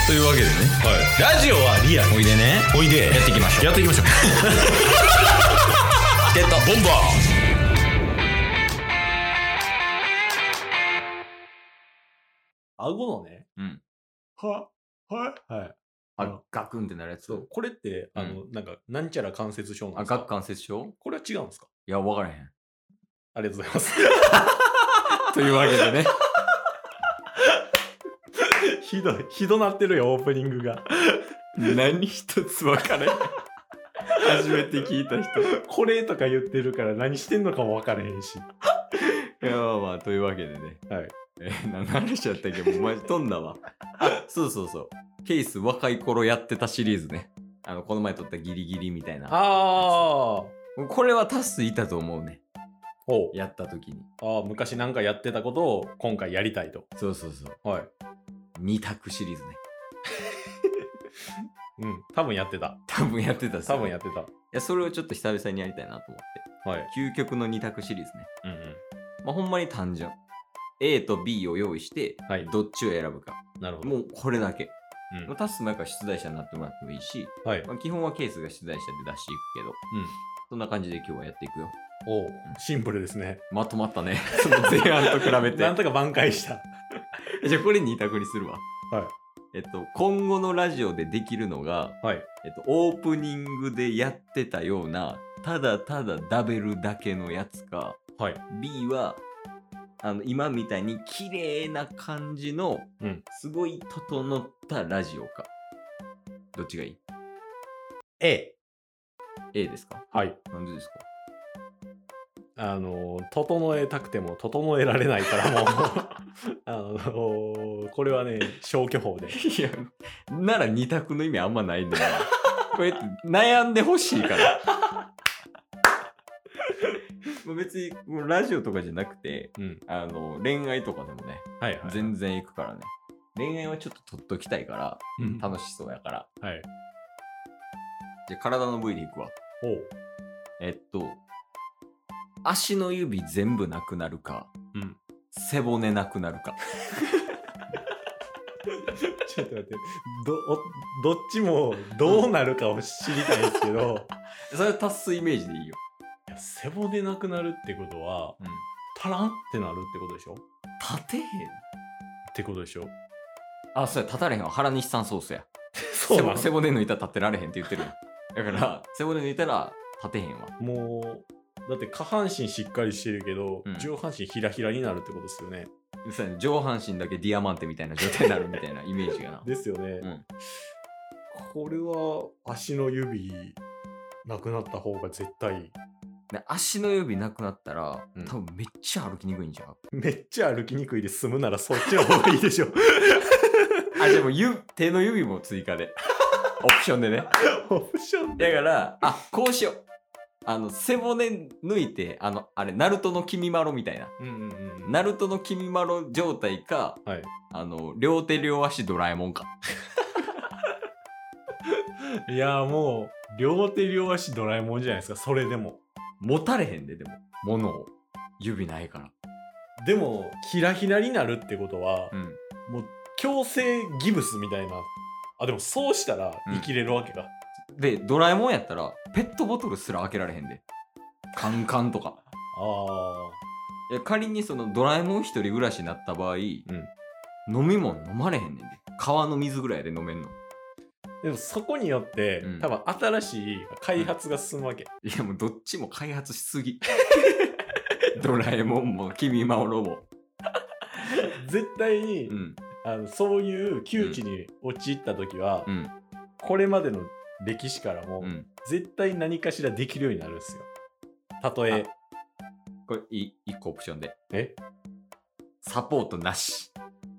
というわけでね、 はい、ラジオはリアル。 おいでね、 おいでやっていきましょう。 やっていきましょうゲットボンバー。顎のね、はいガクンってなるやつ。 そうこれってなんかなんちゃら関節症なんですか。 顎関節症？ これは違うんですか。 いや、分からへん。 ありがとうございますというわけでねひどなってるよオープニングが何一つ分からへん。初めて聞いた人。 これとか言ってるから何してんのかも分からへんし。 いや、まあというわけでね、 はい。 何の話やったっけ。もうマジ飛んだわ。あ、そうそうそう、ケース若い頃やってたシリーズね。この前撮ったギリギリみたいな。 あこれはタスいたと思うね、 おやった時に。 昔なんかやってたことを今回やりたいと。 そうそうそう、 はい。 二択シリーズね。 多分やってた。 多分やってたっすよね。 多分やってた。 いや、それをちょっと久々にやりたいなと思って。 はい。 究極の二択シリーズね。 うんうん。 まあほんまに単純。A と B を用意して、 はいどっちを選ぶか。 なるほど。 もうこれだけ。 うんまあタスもやから出題者になってもらってもいいし、 はい。 まあ、基本はケースが出題者で出していくけど、そんな感じで今日はやっていくよ。 おうシンプルですね。 まとまったね。その前半と比べて。 なんとか挽回した。 じゃあこれ二択にするわ。 はい。 今後のラジオでできるのが、 はい。 オープニングでやってたような、ただただダベルだけのやつか、 はい。 B は、今みたいに綺麗な感じの、すごい整ったラジオか。どっちがいい？ A。 A ですか？ はい。 なんでですか？ 整えたくても整えられないからもうこれはね消去法で。 いや、なら二択の意味あんまないんだよ。これって悩んでほしいから。もう別にもうラジオとかじゃなくて、恋愛とかでもね、 はいはい、 全然行くからね。恋愛はちょっと取っときたいから、楽しそうやから。 はい。 じゃあ体の部位でいくわ。 おう。 足の指全部なくなるか、背骨なくなるか。 ちょっと待って、どっちもどうなるかを知りたいんですけど、 それ足すイメージでいいよ。 いや背骨なくなるってことは、足らんってなるってことでしょ。 立てへんってことでしょ。 あ、そうや、立たれへんわ。原西さんソースや。 そうなの。 背骨抜いたら立ってられへんって言ってるよ。だから背骨抜いたら立てへんわ。 もうだって下半身しっかりしてるけど、上半身ヒラヒラになるってことですよね。 そうやね、上半身だけディアマンテみたいな状態になるみたいなイメージがな。 ですよね。これは足の指なくなった方が絶対いい。 足の指なくなったら、多分めっちゃ歩きにくいんじゃん。 めっちゃ歩きにくいで済むならそっちの方がいいでしょ。 あ、でも手の指も追加で。オプションでね。 オプションで。 だから、こうしよう。背骨抜いて、あれ、ナルトの君まろみたいな。ナルトの君まろ状態か、 はい、 両手両足ドラえもんか。 いやもう、両手両足ドラえもんじゃないですか、それでも。 持たれへんで、でも。物を。指ないから。 でも、ヒラヒラになるってことは、もう、強制ギブスみたいな。でもそうしたら生きれるわけか。 で、ドラえもんやったら、ペットボトルすら開けられへんで。カンカンとか。いや、仮にそのドラえもん一人暮らしになった場合、飲み物飲まれへんねんで。川の水ぐらいで飲めんの。 でもそこによって、多分新しい開発が進むわけ。 いやもうどっちも開発しすぎ。ドラえもんも君まろも。 絶対に、そういう窮地に陥った時は、これまでの歴史からも、絶対何かしらできるようになるんですよ。たとえ。 これ1個オプションで。サポートなし。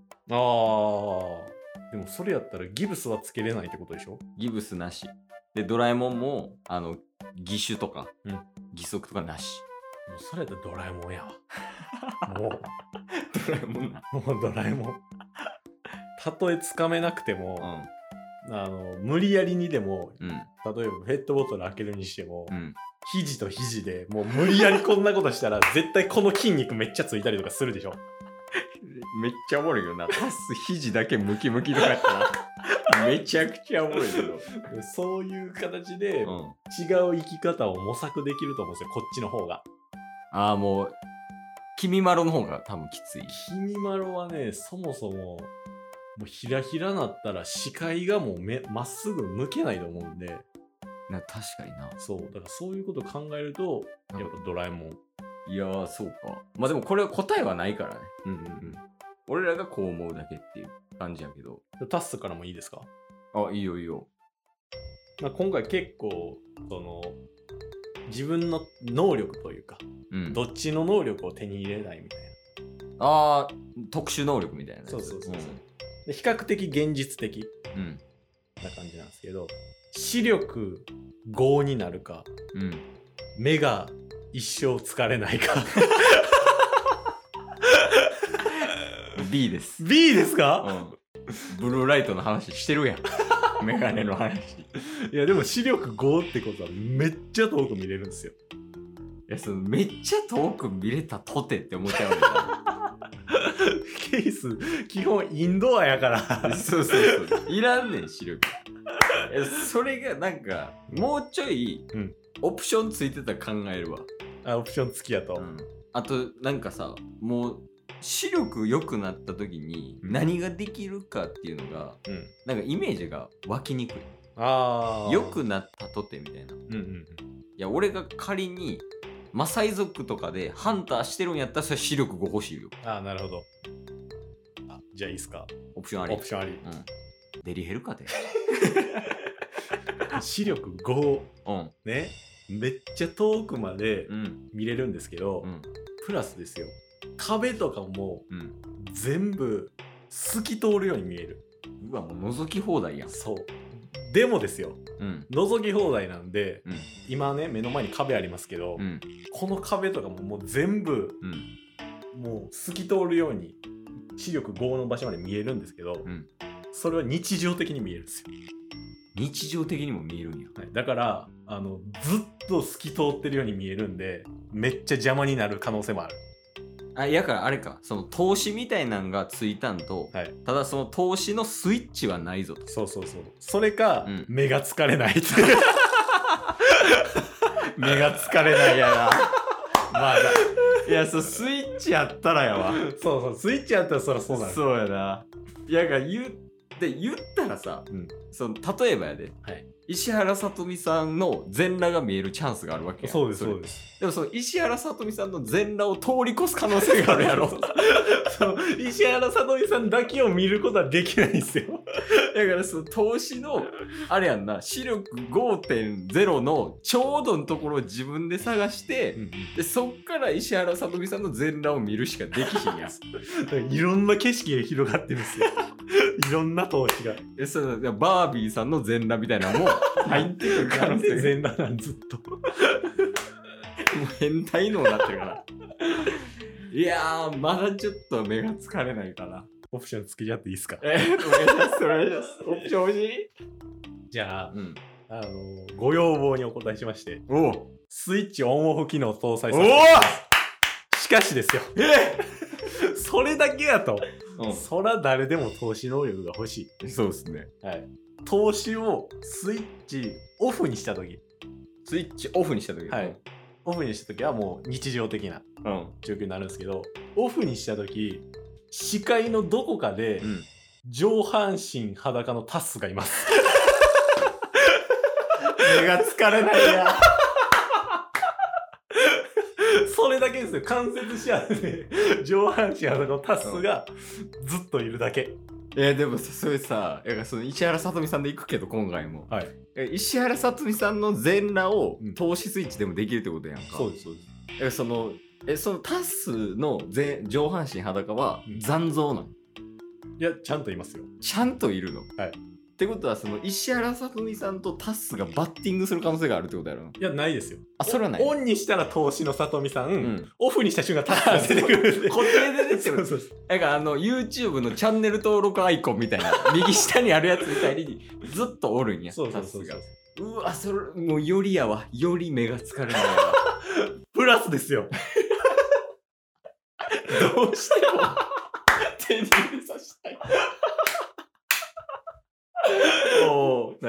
でもそれやったらギブスはつけれないってことでしょ。 ギブスなし。で、ドラえもんも、義手とか、義足とかなし。 もうそれやったらドラえもんやわ。もう。 ドラえもんな。 もうドラえもん。たとえつかめなくても、無理やりにでも、例えばペットボトル開けるにしても、肘と肘でもう無理やりこんなことしたら絶対この筋肉めっちゃついたりとかするでしょ。 めっちゃおもろいよな。タス肘だけムキムキとかやったらめちゃくちゃおもろいけど。 そういう形で違う生き方を模索できると思うんですよ、こっちの方が。 ああ、もう、君まろの方が多分きつい。 君まろはね、そもそも、もうひらひらなったら視界がもうまっすぐ向けないと思うんで。 確かにな。 そう。だからそういうことを考えると、やっぱドラえもん。 いやー、そうか。まあでもこれは答えはないからね。 うんうんうん。 俺らがこう思うだけっていう感じやけど。 タッスからもいいですか？ あ、いいよいいよ。 まあ、今回結構、自分の能力というか、どっちの能力を手に入れないみたいな。ああ、特殊能力みたいなやつ。 そうそうそう。で比較的現実的な感じなんですけど、視力5になるか、目が一生疲れないか。 B です。 B ですか？ ブルーライトの話してるやん。メガネの話。 いやでも視力5ってことはめっちゃ遠く見れるんですよ。 いや、めっちゃ遠く見れたとてって思っちゃうよ。 ケース基本インドアやから。 そう。いらんねん視力。それがなんかもうちょいオプションついてたら考えるわ。 オプション付きやと。 あとなんかさ、もう視力良くなった時に何ができるかっていうのが、なんかイメージが湧きにくい。良くなったとてみたいな。いや、俺が仮にマサイ族とかでハンターしてるんやったらそれ視力5欲しいよ。 なるほど。じゃあいいっすか？ オプションあり。 オプションあり。 デリヘルかで。 視力5、ね、めっちゃ遠くまで見れるんですけど、プラスですよ、壁とかも全部透き通るように見える。 うわ、もう覗き放題やん。 そうでもですよ、覗き放題なんで、今ね目の前に壁ありますけど、この壁とかももう全部、もう透き通るように視力5の場所まで見えるんですけど、それは日常的に見えるんですよ。 日常的にも見えるんや。 だからずっと透き通ってるように見えるんで、めっちゃ邪魔になる可能性もある。 やからあれか、その投資みたいなんがついたんと、ただその投資のスイッチはないぞと。 そう。それか、目が疲れないって。目が疲れないやな。まあいや、スイッチやったらやわ。 そう、スイッチやったらそらそうなる。 そうやな。いやが言ったらさ、その例えばやで、石原さとみさんの全裸が見えるチャンスがあるわけや。 そうです。 でもその石原さとみさんの全裸を通り越す可能性があるやろ。 石原さとみさんだけを見ることはできないんですよ。 だからその投資のあれやんな、視力 5.0 のちょうどのところを自分で探して、でそっから石原さとみさんの全裸を見るしかできひんやん。 いろんな景色が広がってるんですよ。いろんな投資が。 そのバービーさんの全裸みたいなのも入ってくる可能性。 全裸なんずっと。もう変態のになってるから。いやー、まだちょっと目が疲れないかな。 オプションつけちゃっていいですか？ お願いします。オプション欲しい？ じゃあ、ご要望にお答えしまして、スイッチオンオフ機能搭載させていただきます。しかしですよ。それだけやと、そら誰でも投資能力が欲しい。 そうですね。 投資をスイッチオフにしたとき。 スイッチオフにしたとき。 オフにしたときはもう日常的な状況になるんですけど、オフにしたとき、視界のどこかで、上半身裸のタスがいます。目が疲れないや。それだけですよ。間接視野で上半身裸のタスがずっといるだけ。 でもそれさ、その石原さとみさんで行くけど今回も、石原さとみさんの全裸を投資スイッチでもできるってことやんか。 そうです。 そのタスの上半身裸は残像なの？ いや、ちゃんといますよ。 ちゃんといるの？ってことはその石原さとみさんとタスがバッティングする可能性があるってことやろ？ いや、ないですよ。 それはない。 オンにしたら投資のさとみさん、オフにした瞬間タスが出てくるんで。 固定で出てくる。だからYouTube のチャンネル登録アイコンみたいな、右下にあるやつみたいにずっとおるんや。 そう。 うわ、それもうよりやわ。より目が疲れないわ。 プラスですよ。 どうしても手に入れさせたい。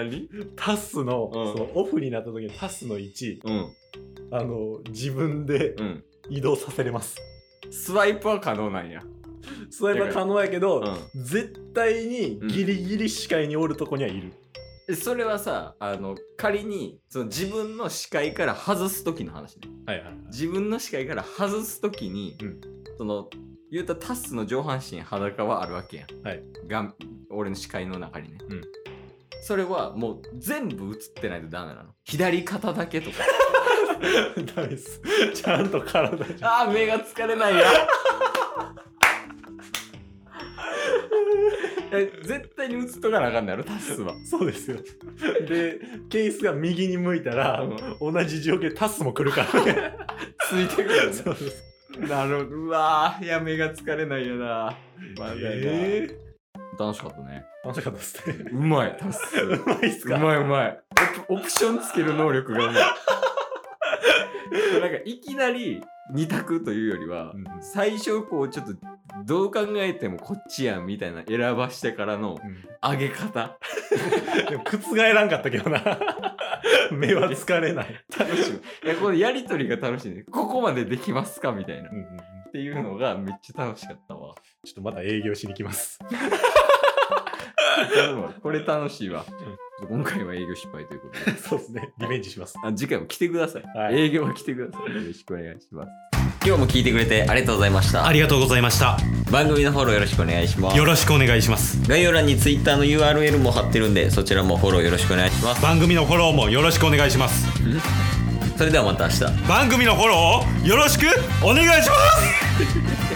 何タスの、そのオフになった時のタスの位置、自分で移動させれます。 スワイプは可能なんや。 スワイプは可能やけど、絶対にギリギリ視界におるとこにはいる。 それはさ、仮にその自分の視界から外す時の話ね。自分の視界から外す時に、その言うたらタスの上半身裸はあるわけやん。俺の視界の中にね。それはもう全部映ってないとダメなの。左肩だけとか。 ダメです。ちゃんと体じゃ。目が疲れないや。絶対に映っとかなあかんのやろ、タスは。 そうですよ。で、ケースが右に向いたら、同じ状況でタスも来るからね。 ついてくる、ね。 そうです。 なるほど。うわぁ、いや、目が疲れないよな。楽しかったね。 楽しかったですね。 うまい、タス。 うまいっすか？ うまいうまい。オプションつける能力がうまい。なんかいきなり2択というよりは、最初こうちょっとどう考えてもこっちやんみたいな選ばしてからの上げ方。 でも覆らんかったけどな。目は疲れない。 楽しい。いや、このやりとりが楽しいね。ここまでできますかみたいな。っていうのがめっちゃ楽しかったわ。 ちょっとまた営業しに来ます。 これ楽しいわ。今回は営業失敗ということで。 そうですね。リベンジします。 次回も来てください。営業は来てください。よろしくお願いします。今日も聞いてくれてありがとうございました。 ありがとうございました。 番組のフォローよろしくお願いします。 よろしくお願いします。 概要欄に Twitter の URL も貼ってるんで、そちらもフォローよろしくお願いします。 番組のフォローもよろしくお願いします。 それではまた明日。 番組のフォローをよろしくお願いします。